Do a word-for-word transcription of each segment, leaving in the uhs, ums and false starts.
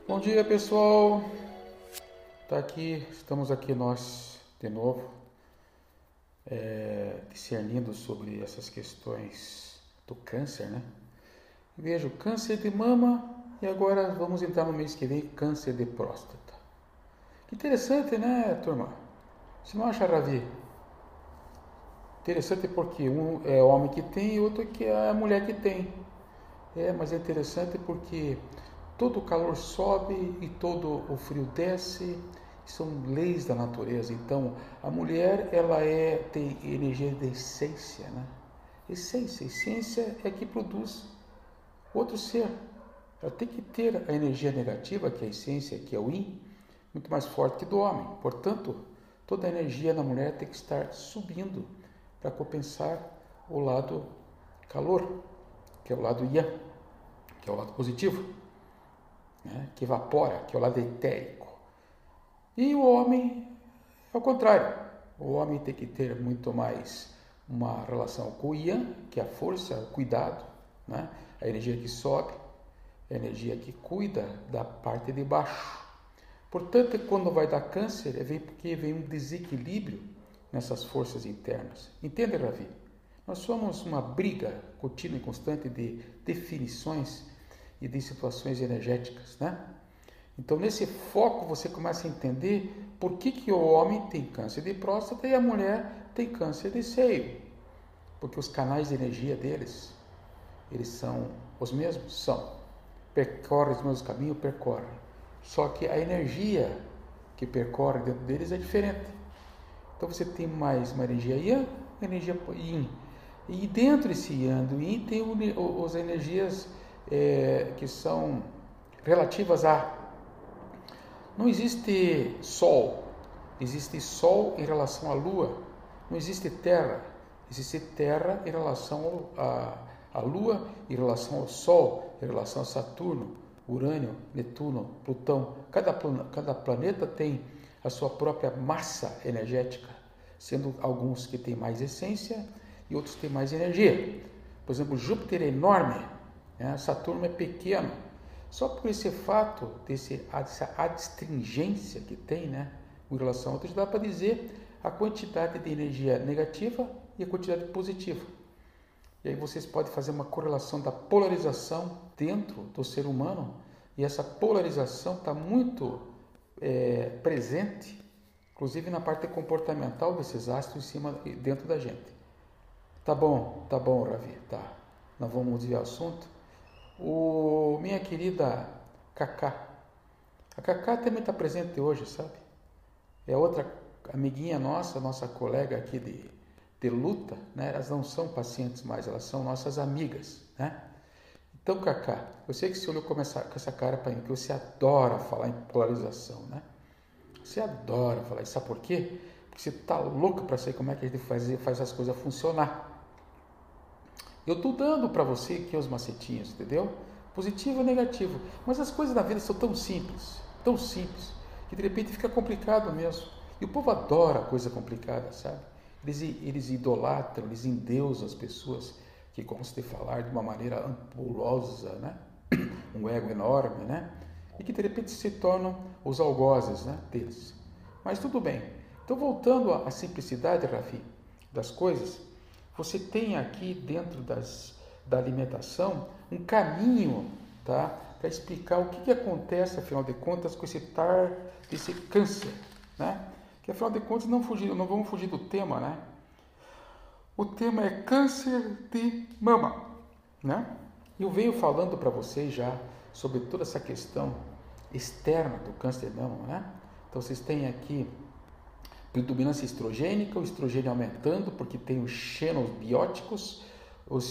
Bom dia, pessoal. Tá aqui, estamos aqui nós de novo, é, discernindo sobre essas questões do câncer, né? Vejo câncer de mama e agora vamos entrar no mês que vem câncer de próstata. Que interessante, né, turma? Você não acha, Ravi? Interessante porque um é homem que tem e outro que é a mulher que tem. É, mas é interessante porque todo o calor sobe e todo o frio desce, são leis da natureza. Então, a mulher, ela é, tem energia de essência, né? Essência, essência é que produz outro ser. Ela tem que ter a energia negativa, que é a essência, que é o yin, muito mais forte que do homem. Portanto, toda a energia da mulher tem que estar subindo para compensar o lado calor, que é o lado yang, que é o lado positivo, né? Que evapora, que é o lado etérico. E o homem é o contrário. O homem tem que ter muito mais uma relação com o yang, que é a força, o cuidado, né? A energia que sobe, a energia que cuida da parte de baixo. Portanto, quando vai dar câncer, é porque vem um desequilíbrio nessas forças internas. Entende, Ravi? Nós somos uma briga contínua e constante de definições e de situações energéticas, né? Então, nesse foco, você começa a entender por que, que o homem tem câncer de próstata e a mulher tem câncer de seio. Porque os canais de energia deles, eles são os mesmos? São. Percorrem os mesmos caminhos? Percorrem. Só que a energia que percorre dentro deles é diferente. Então, você tem mais uma energia yang, energia yin. E dentro desse yang do yin tem as energias é, que são relativas a... Não existe Sol, existe Sol em relação à Lua. Não existe Terra, existe Terra em relação à, à Lua, em relação ao Sol, em relação a Saturno, Urânio, Netuno, Plutão. Cada, cada planeta tem a sua própria massa energética, sendo alguns que têm mais essência e outros têm mais energia. Por exemplo, Júpiter é enorme, né? Saturno é pequeno. Só por esse fato, desse, essa adstringência que tem, né, em relação a outros, dá para dizer a quantidade de energia negativa e a quantidade positiva. E aí vocês podem fazer uma correlação da polarização dentro do ser humano, e essa polarização está muito é, presente, inclusive na parte comportamental desses astros em cima, dentro da gente. Tá bom, tá bom, Ravi, tá. Nós vamos desviar o assunto. O, minha querida Cacá. A Cacá também está presente hoje, sabe? É outra amiguinha nossa, nossa colega aqui de, de luta, né? Elas não são pacientes mais, elas são nossas amigas, né? Então, Cacá, eu sei que você olhou com essa, com essa cara para mim, que você adora falar em polarização, né? Você adora falar isso. Sabe por quê? Porque você está louca para saber como é que a gente faz, faz as coisas funcionar. Eu estou dando para você aqui os macetinhos, entendeu? Positivo e negativo. Mas as coisas da vida são tão simples, tão simples, que de repente fica complicado mesmo. E o povo adora coisa complicada, sabe? Eles, eles idolatram, eles endeusam as pessoas que gostam de falar de uma maneira ampulosa, né? Um ego enorme, né? E que de repente se tornam os algozes, né, deles. Mas tudo bem. Então, voltando à simplicidade, Rafi, das coisas, você tem aqui dentro das, da alimentação um caminho, tá, para explicar o que, que acontece, afinal de contas, com esse tar, esse câncer, né? Que afinal de contas não, fugir, não vamos fugir do tema, né? O tema é câncer de mama, né? Eu venho falando para vocês já sobre toda essa questão externa do câncer de mama, né? Então vocês têm aqui predominância estrogênica, o estrogênio aumentando, porque tem os xenobióticos, os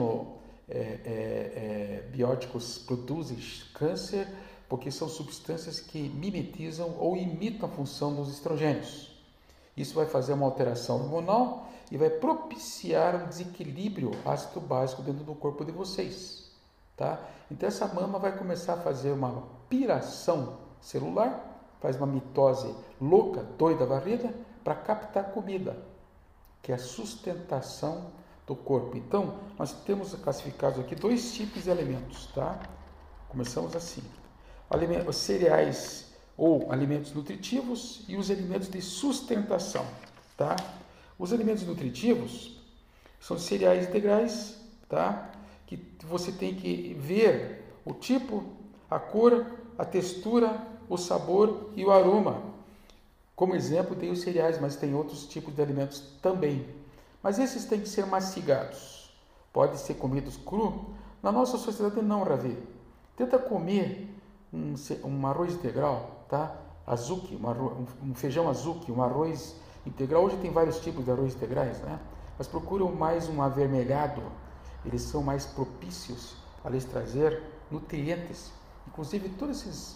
xenobióticos é, é, é, produzem câncer, porque são substâncias que mimetizam ou imitam a função dos estrogênios. Isso vai fazer uma alteração hormonal e vai propiciar um desequilíbrio ácido básico dentro do corpo de vocês, tá? Então essa mama vai começar a fazer uma piração celular, faz uma mitose louca, doida, varrida, para captar comida, que é a sustentação do corpo. Então, nós temos classificados aqui dois tipos de alimentos, tá? Começamos assim. Os cereais ou alimentos nutritivos e os alimentos de sustentação, tá? Os alimentos nutritivos são cereais integrais, tá? Que você tem que ver o tipo, a cor, a textura, o sabor e o aroma. Como exemplo, tem os cereais, mas tem outros tipos de alimentos também. Mas esses têm que ser mastigados. Pode ser comidos cru. Na nossa sociedade não, Ravi. Tenta comer um, um arroz integral, tá? Azuki, um, arroz, um feijão azuki, um arroz integral. Hoje tem vários tipos de arroz integrais, né? Mas procuram mais um avermelhado. Eles são mais propícios a lhes trazer nutrientes. Inclusive, todas esses,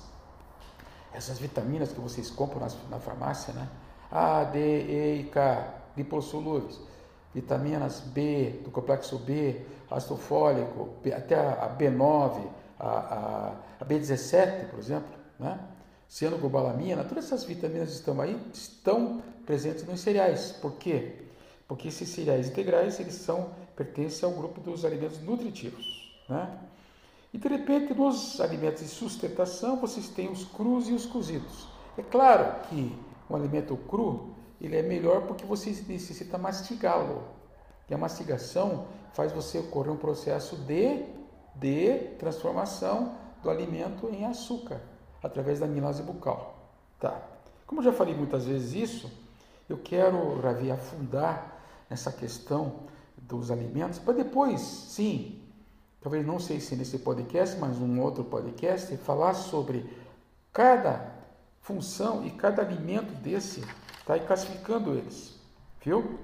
essas vitaminas que vocês compram na, na farmácia, né? A, D, E e K, lipossolúveis. Vitaminas B, do complexo B, ácido fólico, até a B nove, a, a, a B dezessete, por exemplo, né? Cianocobalamina, todas essas vitaminas estão aí, estão presentes nos cereais. Por quê? Porque esses cereais integrais, eles são, pertencem ao grupo dos alimentos nutritivos, né? E de repente, nos alimentos de sustentação, vocês têm os crus e os cozidos. É claro que um alimento cru, ele é melhor porque você necessita mastigá-lo. E a mastigação faz você ocorrer um processo de, de transformação do alimento em açúcar, através da amilase bucal. Tá. Como eu já falei muitas vezes isso, eu quero, Ravi, afundar nessa questão dos alimentos, para depois, sim, talvez não sei se nesse podcast, mas um outro podcast, falar sobre cada função e cada alimento desse, tá? E classificando eles, viu?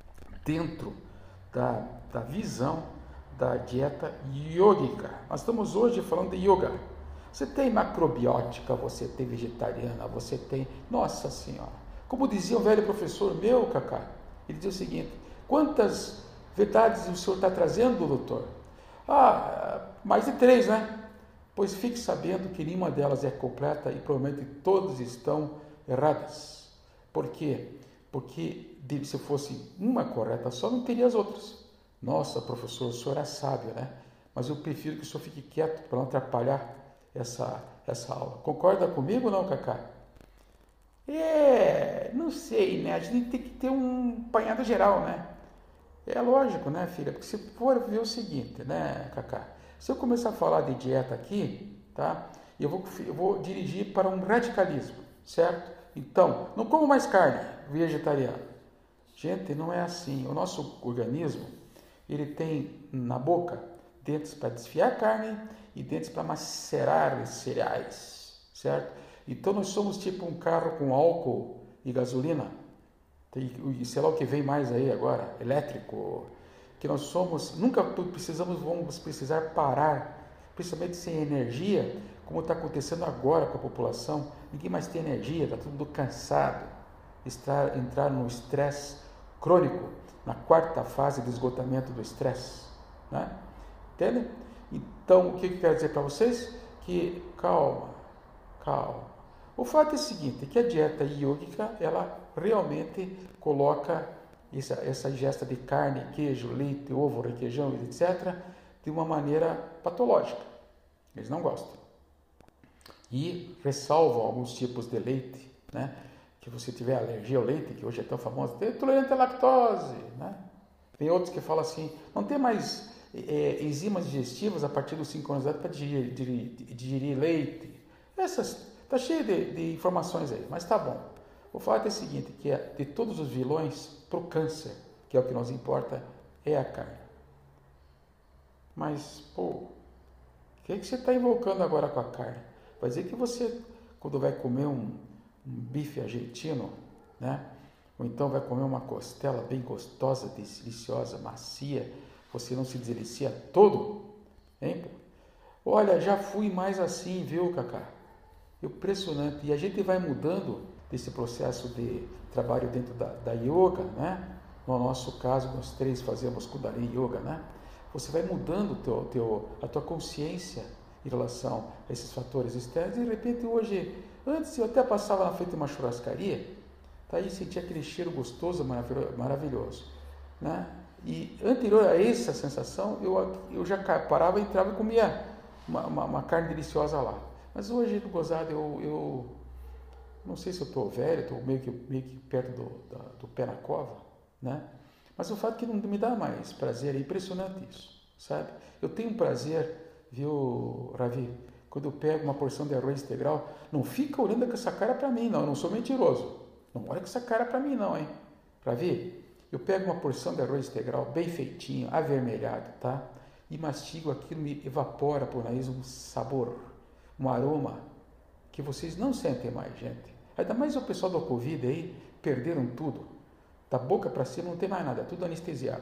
Dentro da, da visão da dieta yógica. Nós estamos hoje falando de yoga. Você tem macrobiótica, você tem vegetariana, você tem... Nossa Senhora! Como dizia um velho professor meu, Cacá, ele dizia o seguinte: quantas verdades o senhor está trazendo, doutor? Ah, mais de três, né? Pois fique sabendo que nenhuma delas é completa e provavelmente todas estão erradas. Por quê? Porque se fosse uma correta só, não teria as outras. Nossa, professor, o senhor é sábio, né? Mas eu prefiro que o senhor fique quieto para não atrapalhar essa, essa aula. Concorda comigo ou não, Cacá? É, não sei, né? A gente tem que ter um apanhado geral, né? É lógico, né, filha? Porque se for ver o seguinte, né, Cacá? Se eu começar a falar de dieta aqui, tá? Eu vou, eu vou dirigir para um radicalismo, certo? Então, não como mais carne, vegetariano. Gente, não é assim. O nosso organismo, ele tem na boca dentes para desfiar carne e dentes para macerar os cereais, certo? Então, nós somos tipo um carro com álcool e gasolina. E sei lá o que vem mais aí agora, elétrico, que nós somos, nunca precisamos, vamos precisar parar, principalmente sem energia, como está acontecendo agora com a população. Ninguém mais tem energia, está todo mundo cansado, está, entrar no estresse crônico, na quarta fase de esgotamento do estresse, né? Entende? Então, o que eu quero dizer para vocês? Que calma, calma. O fato é o seguinte, que a dieta yógica, ela realmente coloca essa, essa ingesta de carne, queijo, leite, ovo, requeijão, etcétera, de uma maneira patológica. Eles não gostam. E ressalvam alguns tipos de leite, né? Que você tiver alergia ao leite, que hoje é tão famoso, tem intolerante à lactose, né? Tem outros que falam assim, não tem mais é, enzimas digestivas a partir dos cinco anos de idade para digerir, digerir, digerir leite. Essas... Está cheio de, de informações aí, mas tá bom. O fato é o seguinte, que é, de todos os vilões, para o câncer, que é o que nos importa, é a carne. Mas, pô, o que, é que você está invocando agora com a carne? Vai dizer que você, quando vai comer um, um bife argentino, né? Ou então vai comer uma costela bem gostosa, deliciosa, macia, você não se delicia todo? Hein? Olha, já fui mais assim, viu, Cacá? Impressionante. E a gente vai mudando desse processo de trabalho dentro da, da yoga, né? No nosso caso, nós três fazemos Kundalini Yoga, né? Você vai mudando teu, teu, a tua consciência em relação a esses fatores externos. E de repente hoje, antes eu até passava na frente de uma churrascaria, tá aí, sentia aquele cheiro gostoso, maravilhoso, né? E anterior a essa sensação, eu, eu já parava, entrava e comia uma, uma, uma carne deliciosa lá. Mas hoje, gozado, eu, eu não sei se eu estou velho, estou meio que, meio que perto do, da, do pé na cova, né? Mas o fato é que não me dá mais prazer, é impressionante isso, sabe? Eu tenho um prazer, viu, Ravi, quando eu pego uma porção de arroz integral, não fica olhando com essa cara para mim, não, eu não sou mentiroso. Não olha com essa cara para mim, não, hein? Ravi, eu pego uma porção de arroz integral bem feitinho, avermelhado, tá? E mastigo aquilo, me evapora por nariz um sabor, um aroma que vocês não sentem mais, gente. Ainda mais o pessoal do Covid aí, perderam tudo. Da boca para cima não tem mais nada, tudo anestesiado.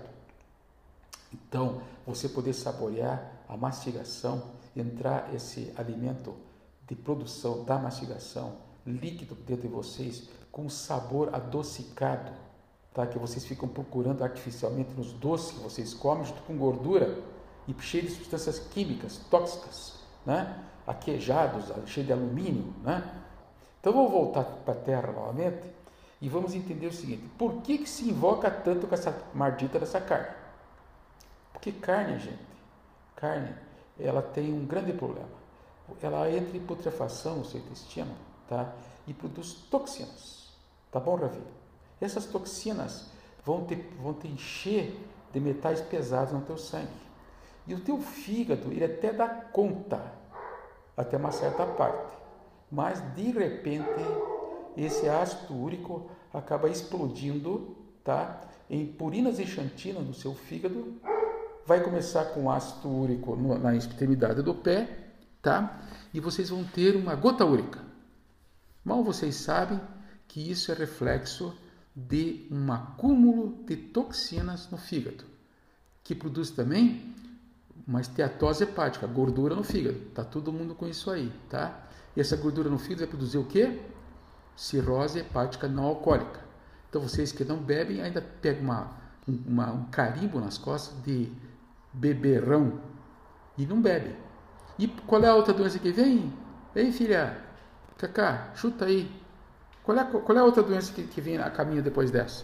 Então, você poder saborear a mastigação, entrar esse alimento de produção da mastigação, líquido dentro de vocês, com sabor adocicado, tá? Que vocês ficam procurando artificialmente nos doces que vocês comem, junto com gordura e cheio de substâncias químicas, tóxicas, né? Aquejados, cheio de alumínio, né? Então, vou voltar para a Terra novamente e vamos entender o seguinte: por que que se invoca tanto com essa maldita dessa carne? Porque carne, gente, carne, ela tem um grande problema. Ela entra em putrefação no seu intestino, tá? E produz toxinas. Tá bom, Ravi? Essas toxinas vão te, vão te encher de metais pesados no teu sangue. E o teu fígado, ele até dá conta, até uma certa parte. Mas, de repente, esse ácido úrico acaba explodindo, tá? Em purinas e xantinas no seu fígado. Vai começar com ácido úrico na extremidade do pé, tá? E vocês vão ter uma gota úrica. Mal vocês sabem que isso é reflexo de um acúmulo de toxinas no fígado, que produz também uma esteatose hepática, gordura no fígado. Tá todo mundo com isso aí, tá? E essa gordura no fígado vai produzir o quê? Cirrose hepática não alcoólica. Então vocês que não bebem ainda pegam uma, uma, um carimbo nas costas de beberrão e não bebem. E qual é a outra doença que vem? Ei, filha, Cacá, chuta aí. Qual é, qual é a outra doença que, que vem a caminho depois dessa?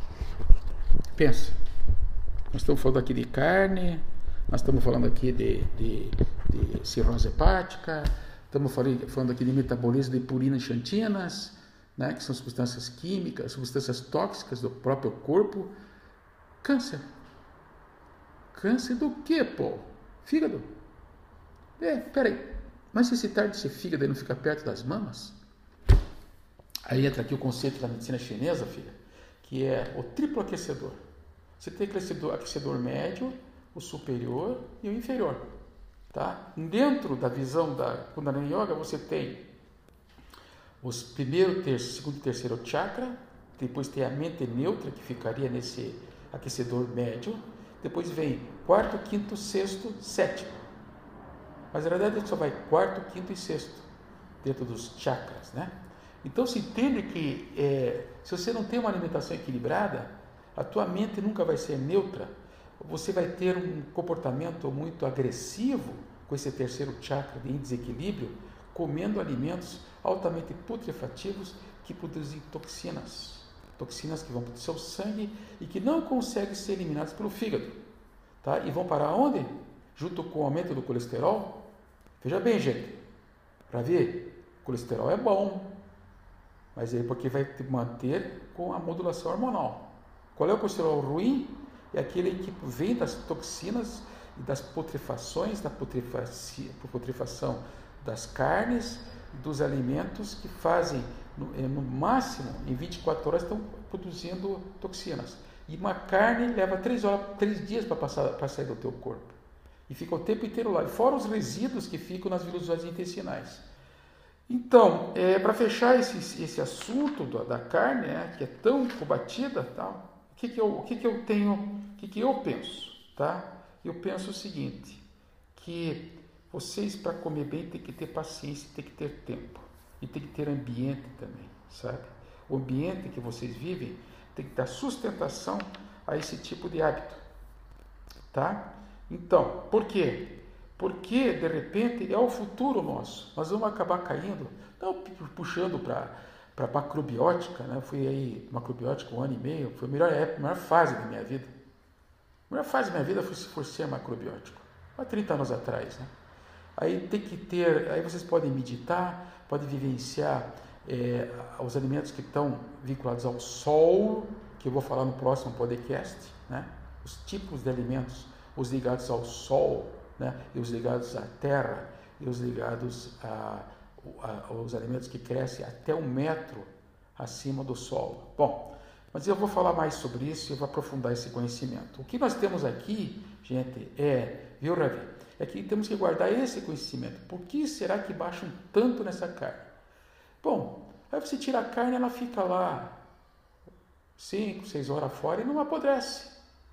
Pensa. Nós estamos falando aqui de carne, nós estamos falando aqui de, de, de cirrose hepática, estamos falando, falando aqui de metabolismo de purinas e xantinas, né, que são substâncias químicas, substâncias tóxicas do próprio corpo. Câncer. Câncer do quê, pô? Fígado. É, peraí. Mas esse tarde desse fígado aí não fica perto das mamas? Aí entra aqui o conceito da medicina chinesa, filha, que é o triplo aquecedor. Você tem aquecedor, aquecedor médio, o superior e o inferior. Tá? Dentro da visão da Kundalini Yoga, você tem os primeiro, terceiro, segundo e terceiro chakra, depois tem a mente neutra, que ficaria nesse aquecedor médio, depois vem quarto, quinto, sexto, sétimo. Mas na verdade só vai quarto, quinto e sexto, dentro dos chakras, né? Então se entende que é, se você não tem uma alimentação equilibrada, a tua mente nunca vai ser neutra, você vai ter um comportamento muito agressivo com esse terceiro chakra em desequilíbrio, comendo alimentos altamente putrefativos que produzem toxinas, toxinas que vão para o seu sangue e que não conseguem ser eliminadas pelo fígado, tá? E vão parar onde? Junto com o aumento do colesterol. Veja bem, gente, para ver, colesterol é bom, mas é porque vai te manter com a modulação hormonal. Qual é o colesterol ruim? É aquele que vem das toxinas e das putrefações, da putrefação das carnes, dos alimentos que fazem, no, no máximo, em vinte e quatro horas, estão produzindo toxinas. E uma carne leva três horas, três dias para passar, para sair do teu corpo. E fica o tempo inteiro lá. E fora os resíduos que ficam nas vilusões intestinais. Então, é, para fechar esse, esse assunto da, da carne, né, que é tão combatida, tá, o, que, que, eu, o que, que eu tenho, o que, que eu penso? Tá? Eu penso o seguinte, que vocês, para comer bem, tem que ter paciência, tem que ter tempo. E tem que ter ambiente também, sabe? O ambiente que vocês vivem tem que dar sustentação a esse tipo de hábito. Tá? Então, por quê? Porque, de repente, é o futuro nosso. Nós vamos acabar caindo, não puxando para a macrobiótica, né? Eu fui aí macrobiótica um ano e meio, foi a melhor época, a melhor fase da minha vida. A melhor fase da minha vida foi, foi ser macrobiótico, há trinta anos atrás, né? Aí tem que ter, aí vocês podem meditar, podem vivenciar é, os alimentos que estão vinculados ao sol, que eu vou falar no próximo podcast, né? Os tipos de alimentos, os ligados ao sol, né? E os ligados à terra, e os ligados a, a, aos alimentos que crescem até um metro acima do solo. Bom, mas eu vou falar mais sobre isso e eu vou aprofundar esse conhecimento. O que nós temos aqui, gente, é, viu, Ravi? É que temos que guardar esse conhecimento. Por que será que baixam tanto nessa carne? Bom, aí você tira a carne, ela fica lá cinco, seis horas fora e não apodrece.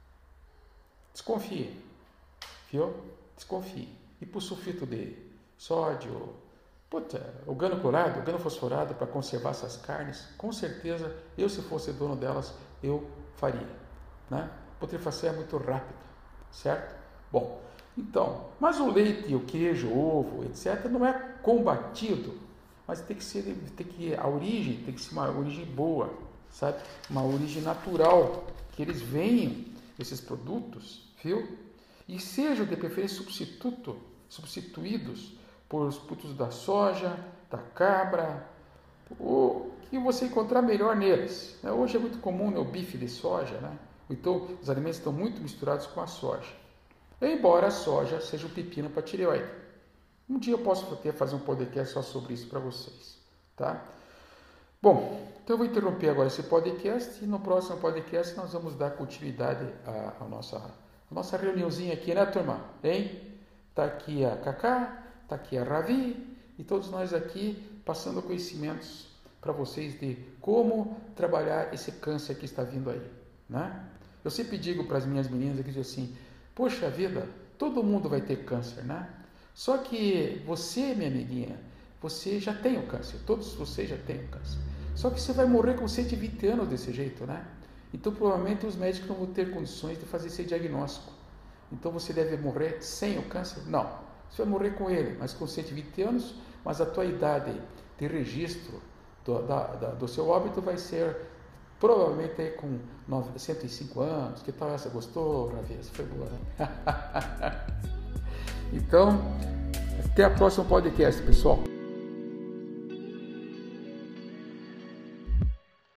Desconfie, viu? Desconfie. E para o sulfito de sódio, puta, o gano clorado, o gano fosforado para conservar essas carnes, com certeza, eu se fosse dono delas, eu faria, né? Putrefação é muito rápido, certo? Bom, então, mas o leite, o queijo, o ovo, etcétera, não é combatido, mas tem que ser, tem que, a origem tem que ser uma origem boa, sabe? Uma origem natural, que eles venham, esses produtos, viu? E sejam de preferência substituto, substituídos por os produtos da soja, da cabra, o que você encontrar melhor neles. Hoje é muito comum, né, o bife de soja, né? Então os alimentos estão muito misturados com a soja. Embora a soja seja o pepino para a tireoide. Um dia eu posso até fazer um podcast só sobre isso para vocês, tá? Bom, então eu vou interromper agora esse podcast e no próximo podcast nós vamos dar continuidade à, à, nossa, à nossa reuniãozinha aqui, né, turma? Hein? Tá aqui a Cacá, tá aqui a Ravi e todos nós aqui passando conhecimentos para vocês de como trabalhar esse câncer que está vindo aí, né? Eu sempre digo para as minhas meninas aqui assim, poxa vida, todo mundo vai ter câncer, né? Só que você, minha amiguinha, você já tem o câncer, todos vocês já têm o câncer. Só que você vai morrer com cento e vinte anos desse jeito, né? Então provavelmente os médicos não vão ter condições de fazer esse diagnóstico. Então você deve morrer sem o câncer? Não, você vai morrer com ele, mas com cento e vinte anos, mas a tua idade de registro do, da, da, do seu óbito vai ser provavelmente aí com cento e cinco anos. Que tal essa? Gostou, Ravi? Essa foi boa, né? Então, até a próxima podcast, pessoal.